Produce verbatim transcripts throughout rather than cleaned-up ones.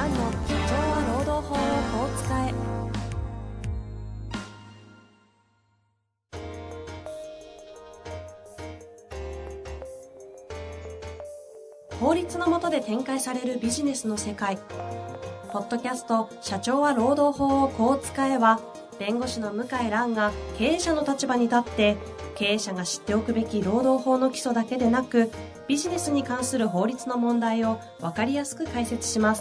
蘭の社長は労働法をこう使え。法律の下で展開されるビジネスの世界。ポッドキャスト社長は労働法をこう使えは、弁護士の向井蘭が経営者の立場に立って経営者が知っておくべき労働法の基礎だけでなく、ビジネスに関する法律の問題を分かりやすく解説します。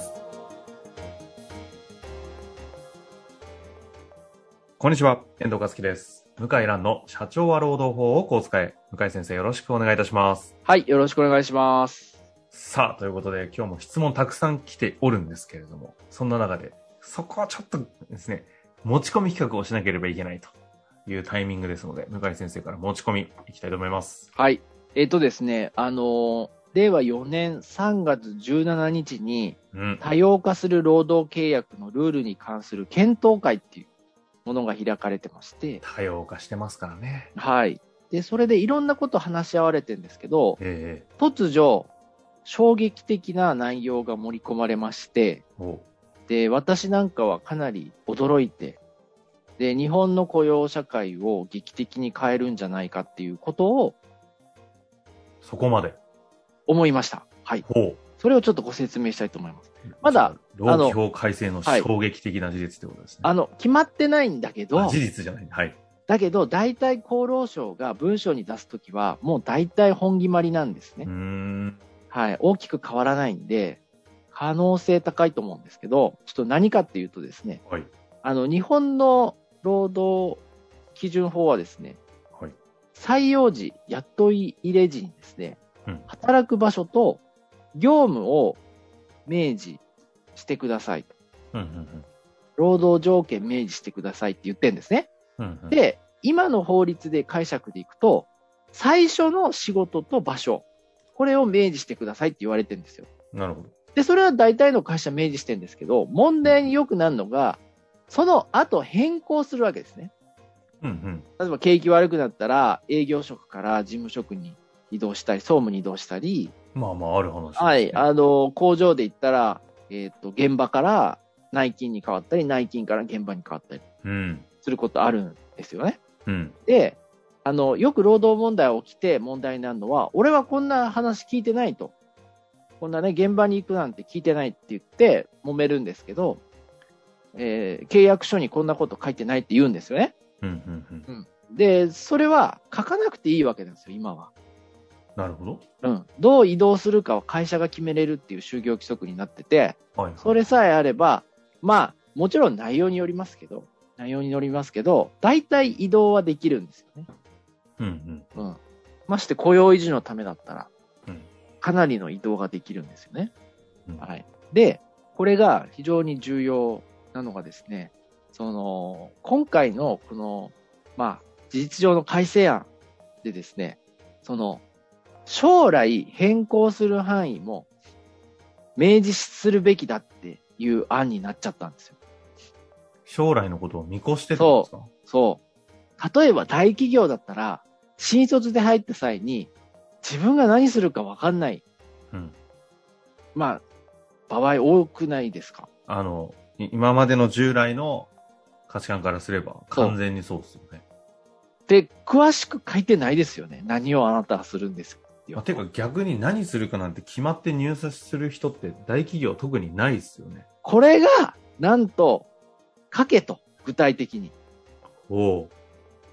こんにちは、遠藤和樹です。向井蘭の社長は労働法をこう使え。向井先生、よろしくお願いいたします。 はい、よろしくお願いします。 さあ、ということで今日も質問たくさん来ておるんですけれども、そんな中でそこはちょっとですね、持ち込み企画をしなければいけないというタイミングですので、向井先生から持ち込みいきたいと思います。 はい。えっとですね、あの、れいわよねんさんがつじゅうしちにちに、多様化する労働契約のルールに関する検討会っていうものが開かれてまして。 多様化してますからね。 はい。で、それでいろんなこと話し合われてるんですけど、 ええ、 突如、衝撃的な内容が盛り込まれまして、で、私なんかはかなり驚いて、で、日本の雇用社会を劇的に変えるんじゃないかっていうことを、 そこまで思いました。はい。 ほう。 それをちょっとご説明したいと思います。まだ、 労基法改正の衝撃的な事実ってことですね。 はい、あの、決まってないんだけど、 事実じゃない。はい。 だけど、大体厚労省が文書に出すときは、もう大体本決まりなんですね。 うーん。 はい。大きく変わらないんで、可能性高いと思うんですけど、ちょっと何かっていうとですね、 はい。 あの、日本の労働基準法はですね、 はい、 採用時、雇い入れ時にですね、うん、働く場所と業務を明示してくださいと、 うんうんうん。 労働条件明示してくださいって言ってるんですね。 うんうん、 で、今の法律で解釈でいくと、最初の仕事と場所、これを明示してくださいって言われてるんですよ。 なるほど。 で、それは大体の会社明示してるんですけど、問題によくなるのが、その後変更するわけですね。 うんうん、 例えば景気悪くなったら営業職から事務職に移動したり、総務に移動したり。 まあまあある話ですね。 はい。あの、工場で言ったら、えっと、現場から内勤に変わったり、内勤から現場に変わったりすることあるんですよね。 うん、 で、あの、よく労働問題起きて問題になるのは、俺はこんな話聞いてないと。こんなね、現場に行くなんて聞いてないって言って揉めるんですけど、えー、契約書にこんなこと書いてないって言うんですよね。 うんうんうんうん、で、それは書かなくていいわけなんですよ、今は。 なるほど。 うん。どう移動するかは会社が決めれるっていう就業規則になってて、はいはい、それさえあれば、まあ、もちろん内容によりますけど、内容によりますけど、大体移動はできるんですよね。 うんうん。 うん。まして雇用維持のためだったら、 うん、 かなりの移動ができるんですよね。 うん、 はい。で、これが非常に重要なのがですね、その、今回のこの、まあ、事実上の改正案でですね、その、将来変更する範囲も明示するべきだっていう案になっちゃったんですよ。 将来のことを見越してってことですか？ そう、そう。例えば大企業だったら、新卒で入った際に、自分が何するか分かんない。 うん。 まあ、場合多くないですか？ あの、今までの従来の価値観からすれば完全にそうですよね。 で、詳しく書いてないですよね。何をあなたはするんですか？ まあ、てか逆に何するかなんて決まって入社する人って大企業特にないですよね。 これが、なんと、書けと、具体的に。 おう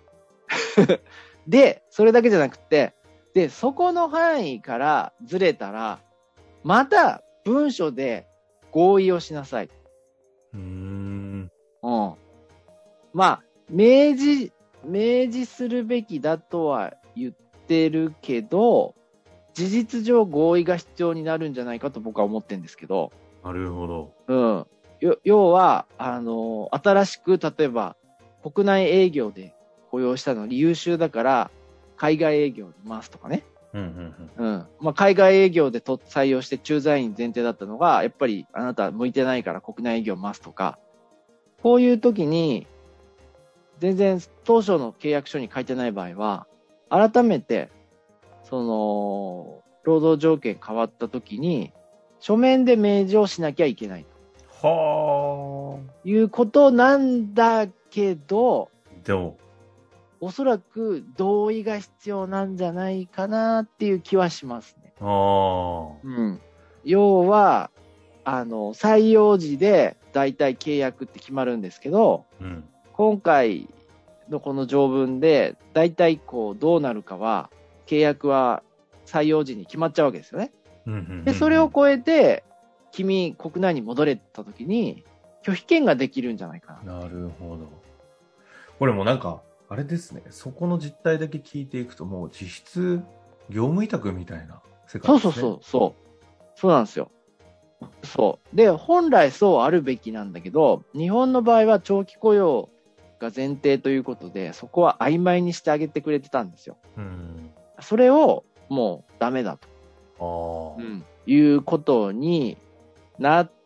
で、それだけじゃなくて、で、そこの範囲からずれたら、また文書で合意をしなさい。 うーん。 うん。まあ、明示、明示するべきだとは言ってるけど、事実上合意が必要になるんじゃないかと僕は思ってるんですけど。 なるほど。 うん。よ要は、あの、新しく、例えば、国内営業で雇用したのに優秀だから、海外営業に回すとかね。 うんうんうん。 うん。まあ、海外営業でと採用して駐在員前提だったのが、やっぱりあなた向いてないから国内営業回すとか、こういう時に、全然当初の契約書に書いてない場合は、改めて、その、労働条件変わった時に、書面で明示をしなきゃいけない。 はあ。 いうことなんだけど、 でも、 おそらく同意が必要なんじゃないかなっていう気はしますね。 ああ。 うん。要は、あの、採用時で大体契約って決まるんですけど、 うん。 今回のこの条文で大体こうどうなるかは、契約は採用時に決まっちゃうわけですよね。 うんうんうんうんで、それを超えて、君、国内に戻れた時に、拒否権ができるんじゃないかな。 なるほど。これもなんか、あれですね。そこの実態だけ聞いていくと、もう実質、業務委託みたいな世界ですね。 そうそうそう、そう。そうなんですよ。そう。で、本来そうあるべきなんだけど、日本の場合は長期雇用が前提ということで、そこは曖昧にしてあげてくれてたんですよ。 うん。 それをもうダメだあと、 あ。 うん、いうことになって、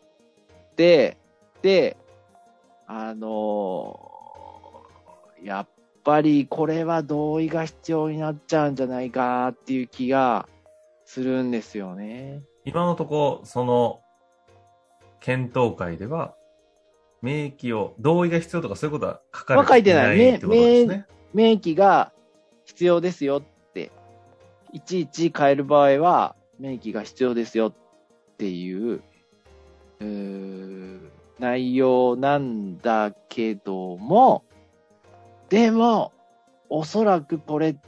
で、あのーやっぱりこれは同意が必要になっちゃうんじゃないかっていう気がするんですよね。 今のところ、その、検討会では、明記を、同意が必要とかそういうことは書かれていないってことですね。 明記が必要ですよって、いちいち変える場合は、明記が必要ですよっていう、うー内容なんだけども、でも、おそらくこれって、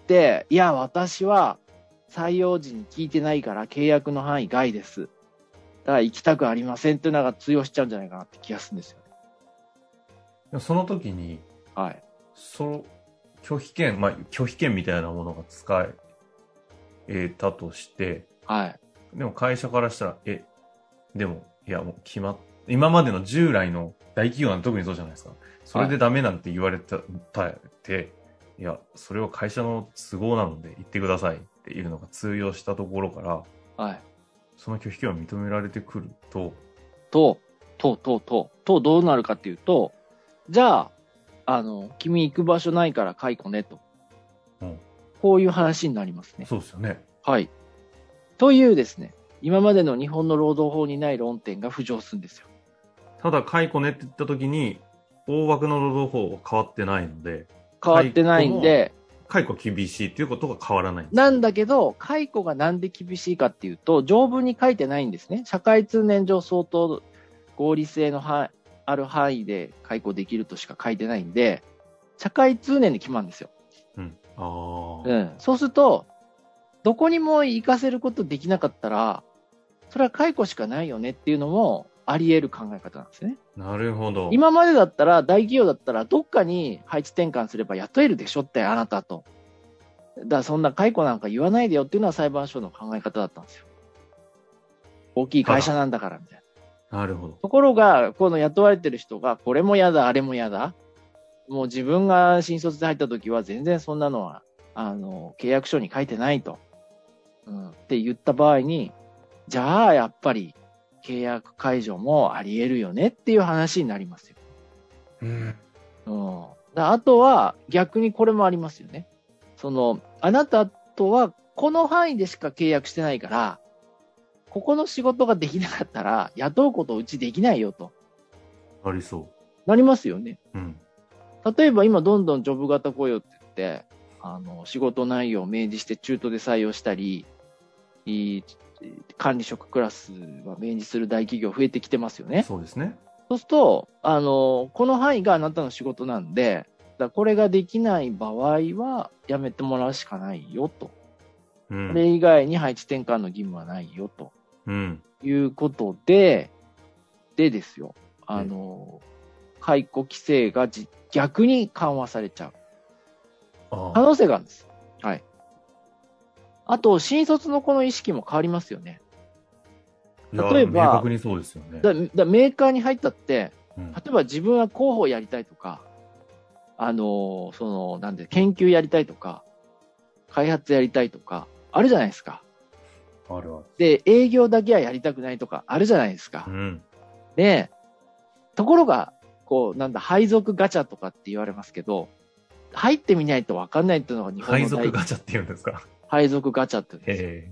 いや、私は採用時に聞いてないから契約の範囲外です。だから行きたくありませんっていうのが通用しちゃうんじゃないかなって気がするんですよね。 その時に、 はい。 その拒否権、まあ、拒否権みたいなものが使えたとして、 はい。 でも会社からしたら、え、でも、いや、もう決まっ、今までの従来の大企業なんて特にそうじゃないですか。それでダメなんて言われた、たって、いや、それは会社の都合なので言ってくださいっていうのが通用したところから、 はい。 その拒否権を認められてくると、 と、と、と、と、と、どうなるかっていうと、じゃあ、あの、君行く場所ないから解雇ねと。 うん、 こういう話になりますね。 そうですよね。 はい。というですね、今までの日本の労働法にない論点が浮上するんですよ。 ただ、解雇ねって言った時に、大枠の労働法は変わってないので、 変わってないんで、 解雇厳しいっていうことが変わらないんです。 なんだけど、解雇がなんで厳しいかっていうと、条文に書いてないんですね。社会通念上相当合理性のある範囲で解雇できるとしか書いてないんで、社会通念で決まるんですよ。 うん。ああ。 うん。そうすると、どこにも行かせることできなかったら、それは解雇しかないよねっていうのもあり得る考え方なんですね。 なるほど。 今までだったら、大企業だったら、どっかに配置転換すれば雇えるでしょって、あなたと。だからそんな解雇なんか言わないでよっていうのは裁判所の考え方だったんですよ。大きい会社なんだからみたいな。なるほど。 ところが、この雇われてる人が、これも嫌だ、あれも嫌だ。もう自分が新卒で入った時は全然そんなのは、あの、契約書に書いてないと。うん、って言った場合に、じゃあやっぱり契約解除もあり得るよねっていう話になりますよ。 うん。 うん。あとは逆にこれもありますよね。その、あなたとはこの範囲でしか契約してないから、ここの仕事ができなかったら雇うことうちできないよと。 ありそなりますよね。 う。うん。 例えば今どんどんジョブ型雇用って言って、あの、仕事内容を明示して中途で採用したり、いい管理職クラスは明示する大企業増えてきてますよね。 そうですね。 そうすると、あの、この範囲があなたの仕事なんで、だこれができない場合はやめてもらうしかないよと。 うん。 これ以外に配置転換の義務はないよと。 うん。 いうことで、でですよ。あの、解雇規制がじ逆に緩和されちゃうあ可能性があるんです。はい。あと、新卒の子の意識も変わりますよね。例えば、 明確にそうですよね。 だだメーカーに入ったって、 うん、 例えば自分は広報やりたいとか、あの、その、なんで、研究やりたいとか、開発やりたいとか、あるじゃないですか。 あるある。 で、営業だけはやりたくないとか、あるじゃないですか。 うん。 で、ところが、こう、なんだ、配属ガチャとかって言われますけど、入ってみないと分かんないっていうのが日本の配属ガチャって言うんですか。 配属ガチャって言うんですよ。 へ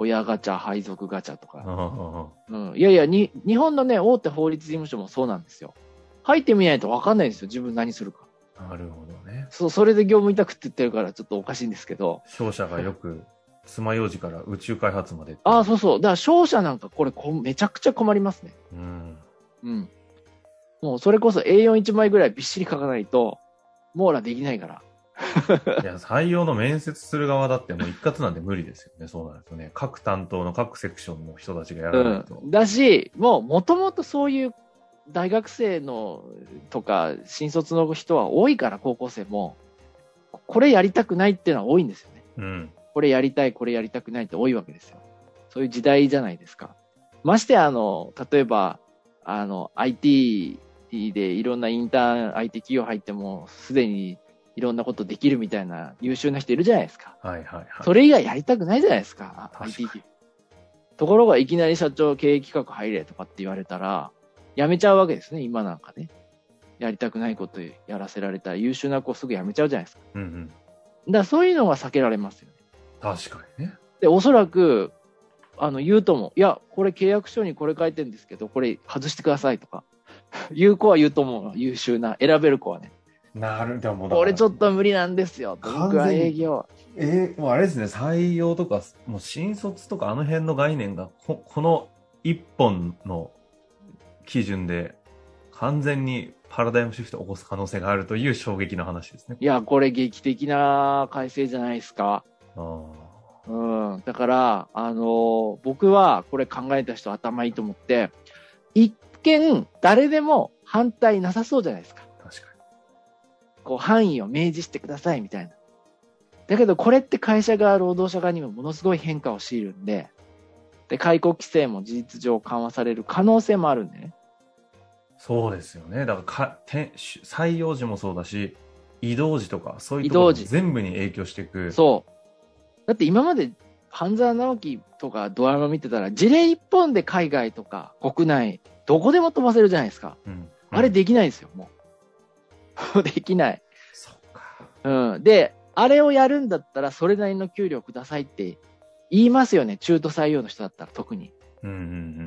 親ガチャ、配属ガチャとか。 あうん。いやいや、に、日本のね、大手法律事務所もそうなんですよ。入ってみないと分かんないんですよ。自分何するか。 あ、なるほどね。 そう、それで業務委託って言ってるからちょっとおかしいんですけど。 商社がよく、爪楊枝から宇宙開発まで。 ああ、そうそう。だから商社なんかこれこめちゃくちゃ困りますね。 うん。 うん。もうそれこそ エーよんいち 枚ぐらいびっしり書かないと、網羅できないから。 いや、採用の面接する側だってもう一括なんで無理ですよね。そうなんですよね。各担当の各セクションの人たちがやらないと。 うん。だし、もう元々そういう大学生のとか新卒の人は多いから、高校生も。これやりたくないっていうのは多いんですよね。 うん。 これやりたい、これやりたくないって多いわけですよ。そういう時代じゃないですか。ましてあの、例えば、あの、アイティー でいろんなインターン、アイティー 企業入っても、すでにいろんなことできるみたいな優秀な人いるじゃないですか。 はいはいはい。 それ以外やりたくないじゃないですか、 確かにアイティー 企業。ところがいきなり社長経営企画入れとかって言われたら、やめちゃうわけですね、今なんかね。やりたくないことやらせられたら優秀な子すぐやめちゃうじゃないですか。 うんうん。 だからそういうのが避けられますよね。 確かにね。 で、おそらく、あの、言うとも、いや、これ契約書にこれ書いてるんですけど、これ外してくださいとか、言う子は言うと思うの。優秀な、選べる子はね。 なる、でもこれちょっと無理なんですよ。僕は営業。 えー、もうあれですね、採用とか、もう新卒とかあの辺の概念がこ、この一本の基準で完全にパラダイムシフトを起こす可能性があるという衝撃の話ですね。 いや、これ劇的な改正じゃないですか。 あうん。だから、あのー僕はこれ考えた人頭いいと思って、一見誰でも反対なさそうじゃないですか。 あ、確かこう範囲を明示してくださいみたいな。だけどこれって会社側、労働者側にもものすごい変化を強いるんで、で、解雇規制も事実上緩和される可能性もあるんでね。 に。そうですよね。だからかて採用時もそうだし、移動時とか、そういうところも移動時全部に影響していく。 そう。だって今まで半沢直樹とかドラマ見てたら、事例一本で海外とか国内、どこでも飛ばせるじゃないですか。 うん、 あれできないですよ、もう。できない。 そっか。 うん。で、あれをやるんだったら、それなりの給料くださいって言いますよね。中途採用の人だったら特に。 うんうんうん。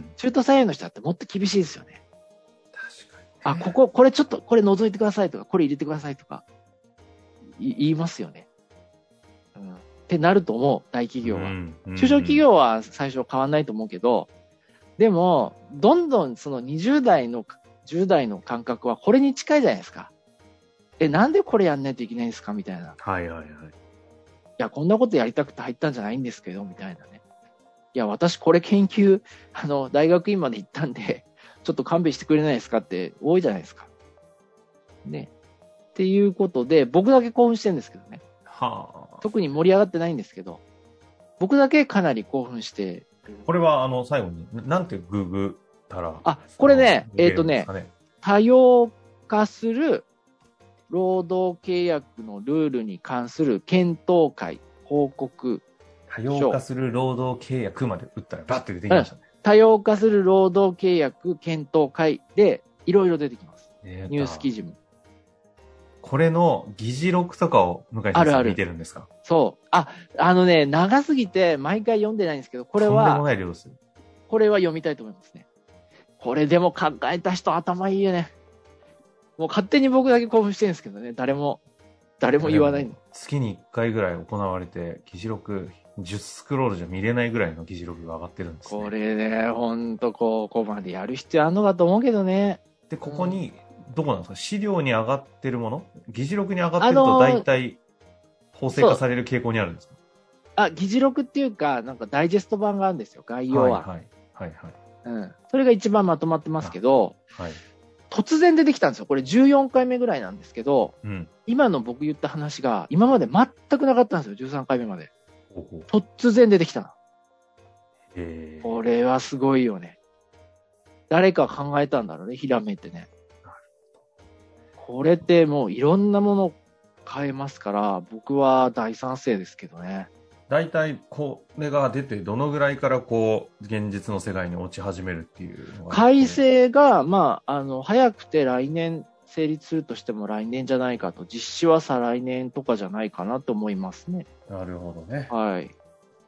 中途採用の人だってもっと厳しいですよね。 確かに、ね。 あ、ここ、これちょっと、これ覗いてくださいとか、これ入れてくださいとか、い言いますよね。うん。ってなると思う、大企業は。 うんうんうん、 中小企業は最初変わんないと思うけど、でも、どんどんそのにじゅう代の、じゅう代の感覚はこれに近いじゃないですか。え、なんでこれやんないといけないんですかみたいな。いはいはいはい。 や、こんなことやりたくて入ったんじゃないんですけど、みたいなね。いや、私これ研究、あの、大学院まで行ったんで、ちょっと勘弁してくれないですかって多いじゃないですか。ね。っていうことで、僕だけ興奮してるんですけどね。 はあ。 特に盛り上がってないんですけど、僕だけかなり興奮して。 これは、あの、最後に、なんてググったら。 あ、これね、えっとね、多様化する労働契約のルールに関する検討会報告多様化する労働契約まで打ったらバッて出てきましたね。 うん、多様化する労働契約検討会でいろいろ出てきます。ニュース記事も。 これの議事録とかを向井先生見てるんですか？あるある。 そう。あ、あのね、長すぎて毎回読んでないんですけど、これは、 とんでもない量です。 これは読みたいと思いますね。これでも考えた人頭いいよね。もう勝手に僕だけ興奮してるんですけどね、誰も、誰も言わないの。 月にいっかいぐらい行われて、議事録、じゅうスクロールじゃ見れないぐらいの議事録が上がってるんですね。 これね、ほんとここまでやる必要あんのかと思うけどね。 で、ここに、どこなんですか、資料に上がってるもの、議事録に上がってると大体法制化される傾向にあるんですか？ あ、議事録っていうか、なんかダイジェスト版があるんですよ、概要は。 はいはい。はいはい。 うん。それが一番まとまってますけど、 はい。 突然出てきたんですよ。これじゅうよんかいめぐらいなんですけど、 うん、 今の僕言った話が今まで全くなかったんですよ。じゅうさんかいめまで。 ほうほう。 突然出てきたの。 へー。 これはすごいよね。誰か考えたんだろうね、ひらめいてね。これってもういろんなもの変えますから、僕は大賛成ですけどね。 大体これが出てどのぐらいからこう現実の世界に落ち始めるっていうのが、 改正が、まあ、あの、早くて来年成立するとしても来年じゃないかと、実施は再来年とかじゃないかなと思いますね。 なるほどね。 はい。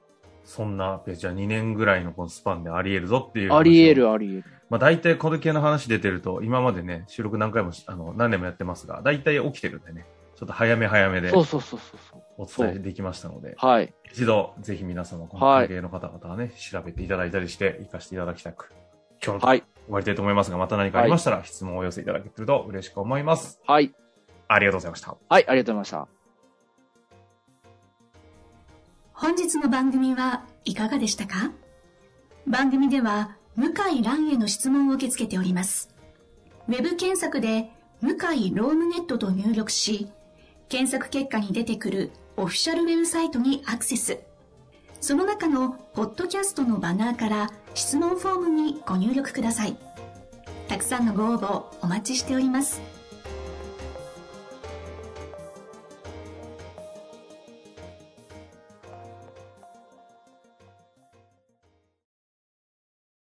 そんな、じゃあにねんぐらいのこのスパンであり得るぞっていう。 あり得る、あり得る。 まあ大体この系の話出てると、今までね、収録何回も、あの、何年もやってますが、大体起きてるんでね、ちょっと早め早めで。 そうそうそうそう。 お伝えできましたので。 はい。 一度、ぜひ皆様、この関係の方々はね、はい、調べていただいたりして、活かしていただきたく、今日の終わりたいと思いますが、また何かありましたら、質問をお寄せいただけると嬉しく思います。 はい。 ありがとうございました。 はい、ありがとうございました。 本日の番組はいかがでしたか？番組では向井蘭への質問を受け付けております。ウェブ検索で向井ロームネットと入力し、検索結果に出てくるオフィシャルウェブサイトにアクセス。その中のポッドキャストのバナーから質問フォームにご入力ください。たくさんのご応募お待ちしております。